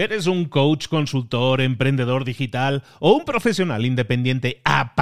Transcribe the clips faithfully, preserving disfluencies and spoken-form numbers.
¿Eres un coach, consultor, emprendedor digital o un profesional independiente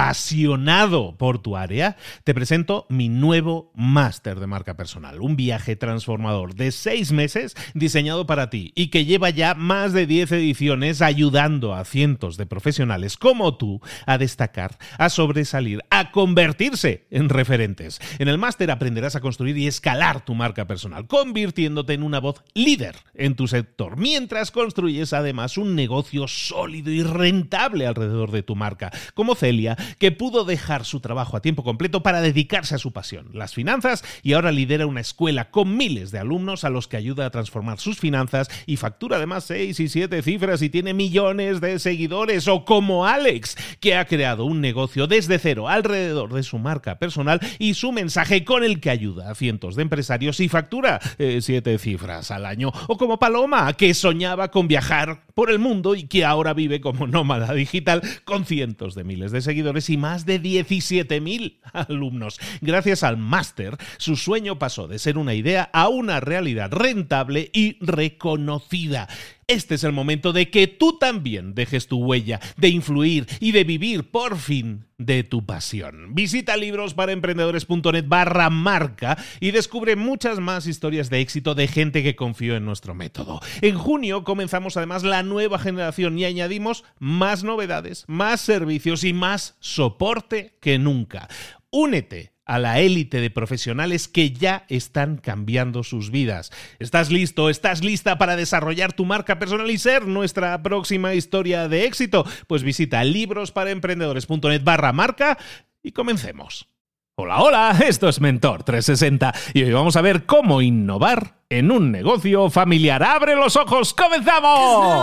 apasionado por tu área? Te presento mi nuevo máster de marca personal, un viaje transformador de seis meses diseñado para ti y que lleva ya más de diez ediciones ayudando a cientos de profesionales como tú a destacar, a sobresalir, a convertirse en referentes. En el máster aprenderás a construir y escalar tu marca personal, convirtiéndote en una voz líder en tu sector, mientras construyes además un negocio sólido y rentable alrededor de tu marca, como Celia, que pudo dejar su trabajo a tiempo completo para dedicarse a su pasión, las finanzas, y ahora lidera una escuela con miles de alumnos a los que ayuda a transformar sus finanzas y factura además seis y siete cifras y tiene millones de seguidores. O como Alex, que ha creado un negocio desde cero alrededor de su marca personal y su mensaje, con el que ayuda a cientos de empresarios y factura eh, siete cifras al año. O como Paloma, que soñaba con viajar por el mundo y que ahora vive como nómada digital con cientos de miles de seguidores y más de diecisiete mil alumnos. Gracias al máster, su sueño pasó de ser una idea a una realidad rentable y reconocida. Este es el momento de que tú también dejes tu huella, de influir y de vivir por fin de tu pasión. Visita librosparaemprendedores.net barra marca y descubre muchas más historias de éxito de gente que confió en nuestro método. En junio comenzamos además la nueva generación y añadimos más novedades, más servicios y más soporte que nunca. Únete a la élite de profesionales que ya están cambiando sus vidas. ¿Estás listo? ¿Estás lista para desarrollar tu marca personal y ser nuestra próxima historia de éxito? Pues visita librosparaemprendedores.net barra marca y comencemos. Hola, hola, esto es Mentor trescientos sesenta y hoy vamos a ver cómo innovar en un negocio familiar. ¡Abre los ojos! ¡Comenzamos!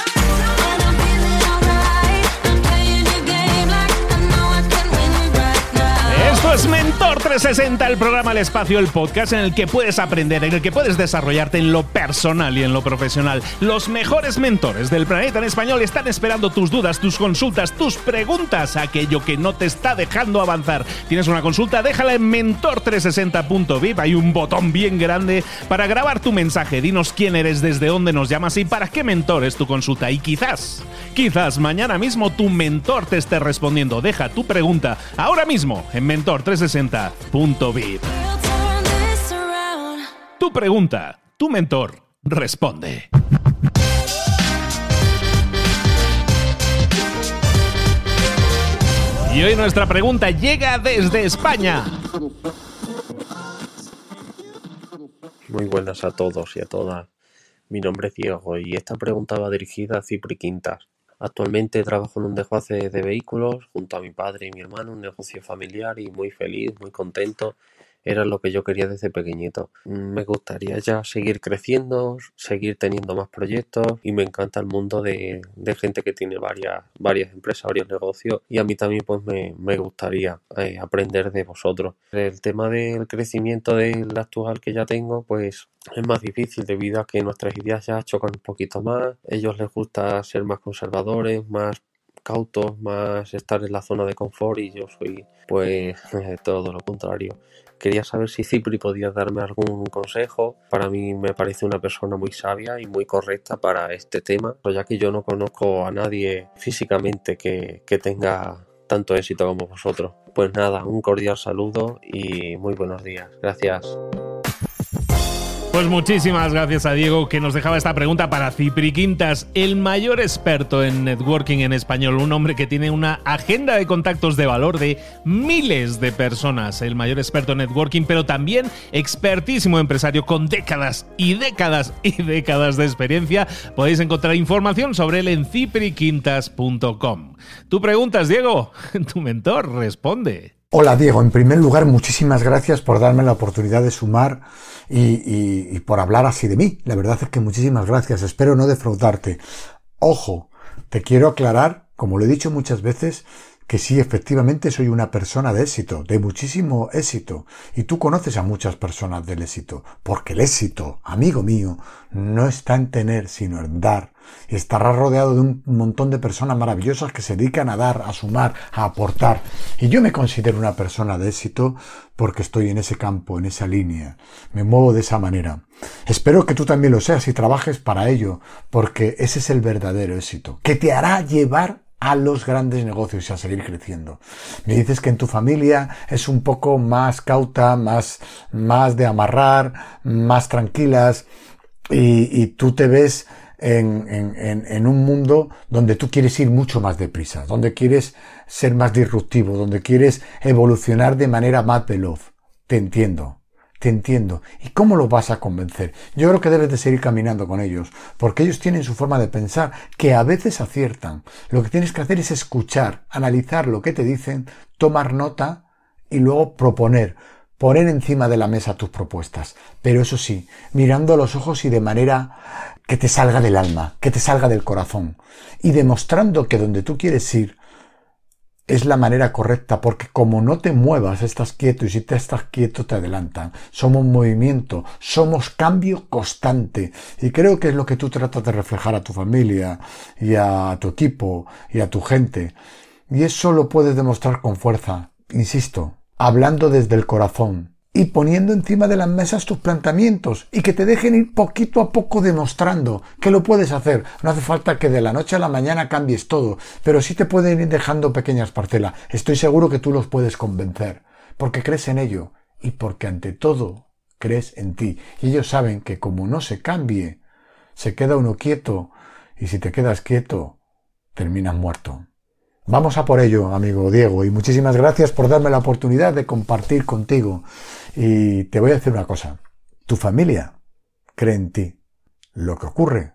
Esto es Mentor trescientos sesenta, el programa, el espacio, el podcast en el que puedes aprender, en el que puedes desarrollarte en lo personal y en lo profesional. Los mejores mentores del planeta en español están esperando tus dudas, tus consultas, tus preguntas, aquello que no te está dejando avanzar. ¿Tienes una consulta? Déjala en mentor trescientos sesenta punto vip. Hay un botón bien grande para grabar tu mensaje. Dinos quién eres, desde dónde nos llamas y para qué mentor es tu consulta. Y quizás, quizás mañana mismo tu mentor te esté respondiendo. Deja tu pregunta ahora mismo en mentor trescientos sesenta punto vip. Tu pregunta, tu mentor responde. Y hoy nuestra pregunta llega desde España. Muy buenas a todos y a todas. Mi nombre es Diego y esta pregunta va dirigida a Cipri Quintas. Actualmente trabajo en un desguace de vehículos junto a mi padre y mi hermano, un negocio familiar y muy feliz, muy contento. Era lo que yo quería desde pequeñito. Me gustaría ya seguir creciendo, seguir teniendo más proyectos y me encanta el mundo de, de gente que tiene varias, varias empresas, varios negocios y a mí también pues me, me gustaría eh, aprender de vosotros. El tema del crecimiento del actual que ya tengo pues es más difícil debido a que nuestras ideas ya chocan un poquito más. A ellos les gusta ser más conservadores, más cautos, más estar en la zona de confort y yo soy pues todo lo contrario. Quería saber si Cipri podía darme algún consejo. Para mí me parece una persona muy sabia y muy correcta para este tema, ya que yo no conozco a nadie físicamente que, que tenga tanto éxito como vosotros. Pues nada, un cordial saludo y muy buenos días. Gracias. Pues muchísimas gracias a Diego, que nos dejaba esta pregunta para Cipri Quintas, el mayor experto en networking en español, un hombre que tiene una agenda de contactos de valor de miles de personas, el mayor experto en networking, pero también expertísimo empresario con décadas y décadas y décadas de experiencia. Podéis encontrar información sobre él en cipri quintas punto com. ¿Tú preguntas, Diego? Tu mentor responde. Hola Diego, en primer lugar muchísimas gracias por darme la oportunidad de sumar y, y, y por hablar así de mí. La verdad es que muchísimas gracias, espero no defraudarte. Ojo, te quiero aclarar, como lo he dicho muchas veces, que sí, efectivamente soy una persona de éxito, de muchísimo éxito. Y tú conoces a muchas personas del éxito, porque el éxito, amigo mío, no está en tener, sino en dar. Y estarás rodeado de un montón de personas maravillosas que se dedican a dar, a sumar, a aportar. Y yo me considero una persona de éxito porque estoy en ese campo, en esa línea. Me muevo de esa manera. Espero que tú también lo seas y trabajes para ello, porque ese es el verdadero éxito, que te hará llevar a los grandes negocios y a seguir creciendo. Me dices que en tu familia es un poco más cauta, más, más de amarrar, más tranquilas, y, y tú te ves en, en, en, en un mundo donde tú quieres ir mucho más deprisa, donde quieres ser más disruptivo, donde quieres evolucionar de manera más veloz. Te entiendo. Te entiendo. ¿Y cómo los vas a convencer? Yo creo que debes de seguir caminando con ellos, porque ellos tienen su forma de pensar, que a veces aciertan. Lo que tienes que hacer es escuchar, analizar lo que te dicen, tomar nota y luego proponer, poner encima de la mesa tus propuestas. Pero eso sí, mirando a los ojos y de manera que te salga del alma, que te salga del corazón, y demostrando que donde tú quieres ir es la manera correcta, porque como no te muevas, estás quieto, y si te estás quieto te adelantan. Somos movimiento, somos cambio constante, y creo que es lo que tú tratas de reflejar a tu familia y a tu equipo y a tu gente, y eso lo puedes demostrar con fuerza, insisto, hablando desde el corazón y poniendo encima de las mesas tus planteamientos, y que te dejen ir poquito a poco demostrando que lo puedes hacer. No hace falta que de la noche a la mañana cambies todo, pero sí te pueden ir dejando pequeñas parcelas. Estoy seguro que tú los puedes convencer, porque crees en ello y porque ante todo crees en ti. Y ellos saben que como no se cambie, se queda uno quieto, y si te quedas quieto, terminas muerto. Vamos a por ello, amigo Diego, y muchísimas gracias por darme la oportunidad de compartir contigo. Y te voy a decir una cosa, tu familia cree en ti. Lo que ocurre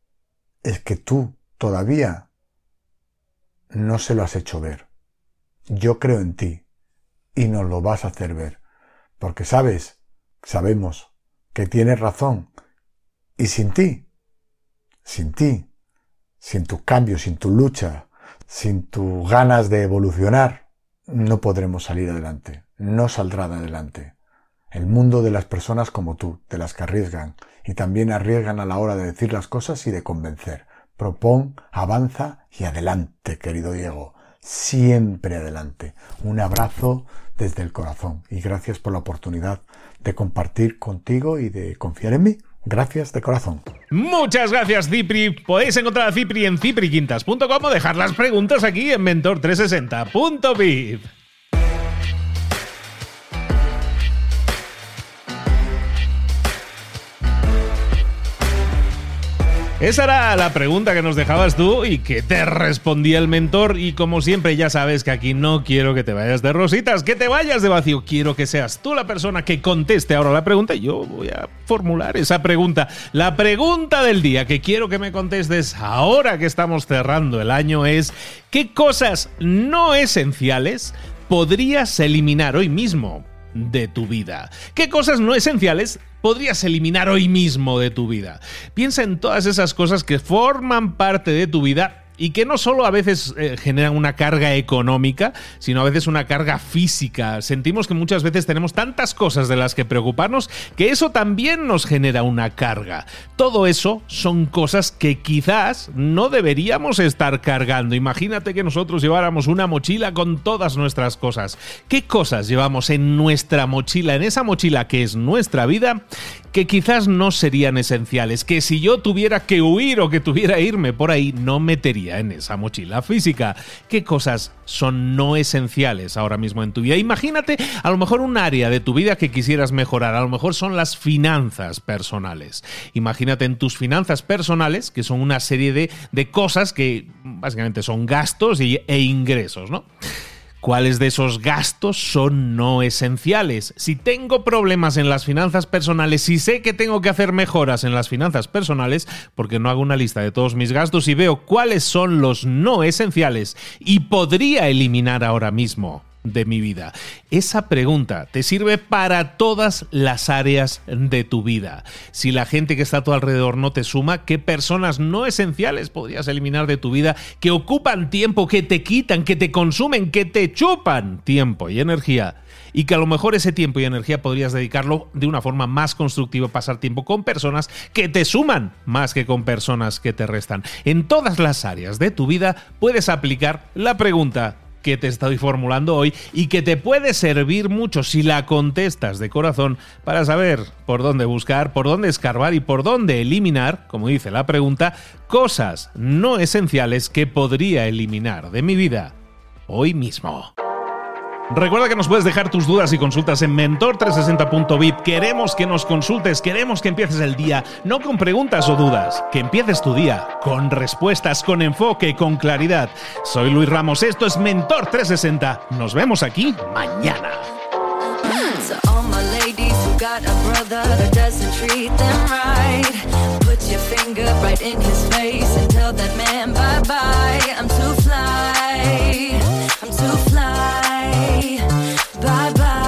es que tú todavía no se lo has hecho ver. Yo creo en ti y nos lo vas a hacer ver, porque sabes, sabemos que tienes razón, y sin ti, sin ti, sin tu cambio, sin tu lucha, sin tus ganas de evolucionar, no podremos salir adelante, no saldrán adelante. El mundo de las personas como tú, de las que arriesgan, y también arriesgan a la hora de decir las cosas y de convencer. Propón, avanza y adelante, querido Diego. Siempre adelante. Un abrazo desde el corazón, y gracias por la oportunidad de compartir contigo y de confiar en mí. Gracias de corazón. Muchas gracias, Cipri. Podéis encontrar a Cipri en cipri quintas punto com o dejar las preguntas aquí en mentor trescientos sesenta punto biz. Esa era la pregunta que nos dejabas tú y que te respondía el mentor, y como siempre ya sabes que aquí no quiero que te vayas de rositas, que te vayas de vacío. Quiero que seas tú la persona que conteste ahora la pregunta, y yo voy a formular esa pregunta. La pregunta del día que quiero que me contestes ahora que estamos cerrando el año es: ¿qué cosas no esenciales podrías eliminar hoy mismo de tu vida? ¿Qué cosas no esenciales podrías eliminar hoy mismo de tu vida? Piensa en todas esas cosas que forman parte de tu vida y que no solo a veces eh, generan una carga económica, sino a veces una carga física. Sentimos que muchas veces tenemos tantas cosas de las que preocuparnos que eso también nos genera una carga. Todo eso son cosas que quizás no deberíamos estar cargando. Imagínate que nosotros lleváramos una mochila con todas nuestras cosas. ¿Qué cosas llevamos en nuestra mochila, en esa mochila que es nuestra vida, que quizás no serían esenciales, que si yo tuviera que huir o que tuviera que irme por ahí, no metería en esa mochila física? ¿Qué cosas son no esenciales ahora mismo en tu vida? Imagínate a lo mejor un área de tu vida que quisieras mejorar. A lo mejor son las finanzas personales. Imagínate en tus finanzas personales, que son una serie de, de cosas que básicamente son gastos y, e ingresos, ¿no? ¿Cuáles de esos gastos son no esenciales? Si tengo problemas en las finanzas personales, si sé que tengo que hacer mejoras en las finanzas personales, porque no hago una lista de todos mis gastos y veo cuáles son los no esenciales y podría eliminar ahora mismo de mi vida? Esa pregunta te sirve para todas las áreas de tu vida. Si la gente que está a tu alrededor no te suma, ¿qué personas no esenciales podrías eliminar de tu vida que ocupan tiempo, que te quitan, que te consumen, que te chupan tiempo y energía? Y que a lo mejor ese tiempo y energía podrías dedicarlo de una forma más constructiva, pasar tiempo con personas que te suman más que con personas que te restan. En todas las áreas de tu vida puedes aplicar la pregunta que te estoy formulando hoy y que te puede servir mucho si la contestas de corazón para saber por dónde buscar, por dónde escarbar y por dónde eliminar, como dice la pregunta, cosas no esenciales que podría eliminar de mi vida hoy mismo. Recuerda que nos puedes dejar tus dudas y consultas en mentor trescientos sesenta punto vip. Queremos que nos consultes, queremos que empieces el día, no con preguntas o dudas, que empieces tu día con respuestas, con enfoque, con claridad. Soy Luis Ramos, esto es Mentor trescientos sesenta. Nos vemos aquí mañana. So all my ladies who got a brother that doesn't treat them right, put your finger right in his face and tell that man bye-bye. I'm too fly, I'm too fly. Bye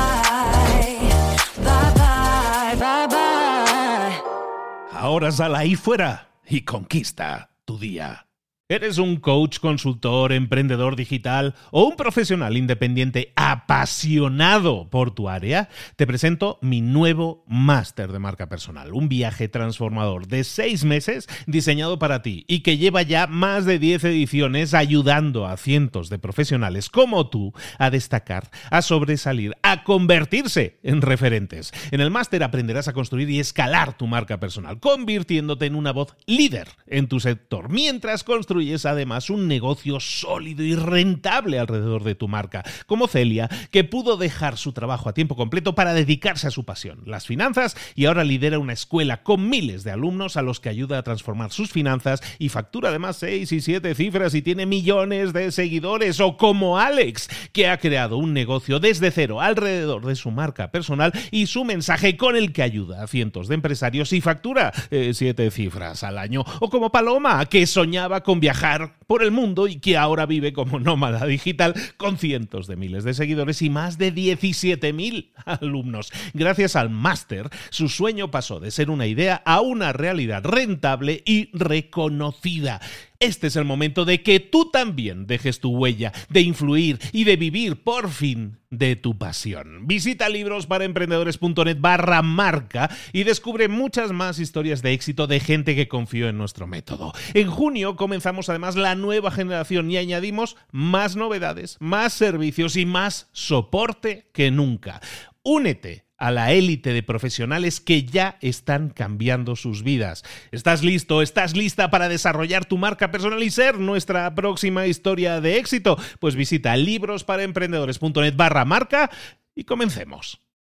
bye, bye bye, bye bye. Ahora sal ahí fuera y conquista tu día. ¿Eres un coach, consultor, emprendedor digital o un profesional independiente apasionado por tu área? Te presento mi nuevo máster de marca personal, un viaje transformador de seis meses diseñado para ti y que lleva ya más de diez ediciones ayudando a cientos de profesionales como tú a destacar, a sobresalir, a convertirse en referentes. En el máster aprenderás a construir y escalar tu marca personal, convirtiéndote en una voz líder en tu sector, mientras construyes además un negocio sólido y rentable alrededor de tu marca, como Celia, que pudo dejar su trabajo a tiempo completo para dedicarse a su pasión, las finanzas, y ahora lidera una escuela con miles de alumnos a los que ayuda a transformar sus finanzas y factura además seis y siete cifras y tiene millones de seguidores. O como Alex, que ha creado un negocio desde cero alrededor de su marca personal y su mensaje, con el que ayuda a cientos de empresarios y factura eh, siete cifras al año. O como Paloma, que soñaba con viajar por el mundo y que ahora vive como nómada digital con cientos de miles de seguidores y más de diecisiete mil alumnos. Gracias al máster, su sueño pasó de ser una idea a una realidad rentable y reconocida. Este es el momento de que tú también dejes tu huella, de influir y de vivir por fin de tu pasión. Visita librosparaemprendedores.net barra marca y descubre muchas más historias de éxito de gente que confió en nuestro método. En junio comenzamos además la nueva generación y añadimos más novedades, más servicios y más soporte que nunca. Únete a la élite de profesionales que ya están cambiando sus vidas. ¿Estás listo? ¿Estás lista para desarrollar tu marca personal y ser nuestra próxima historia de éxito? Pues visita librosparaemprendedores.net barra marca y comencemos.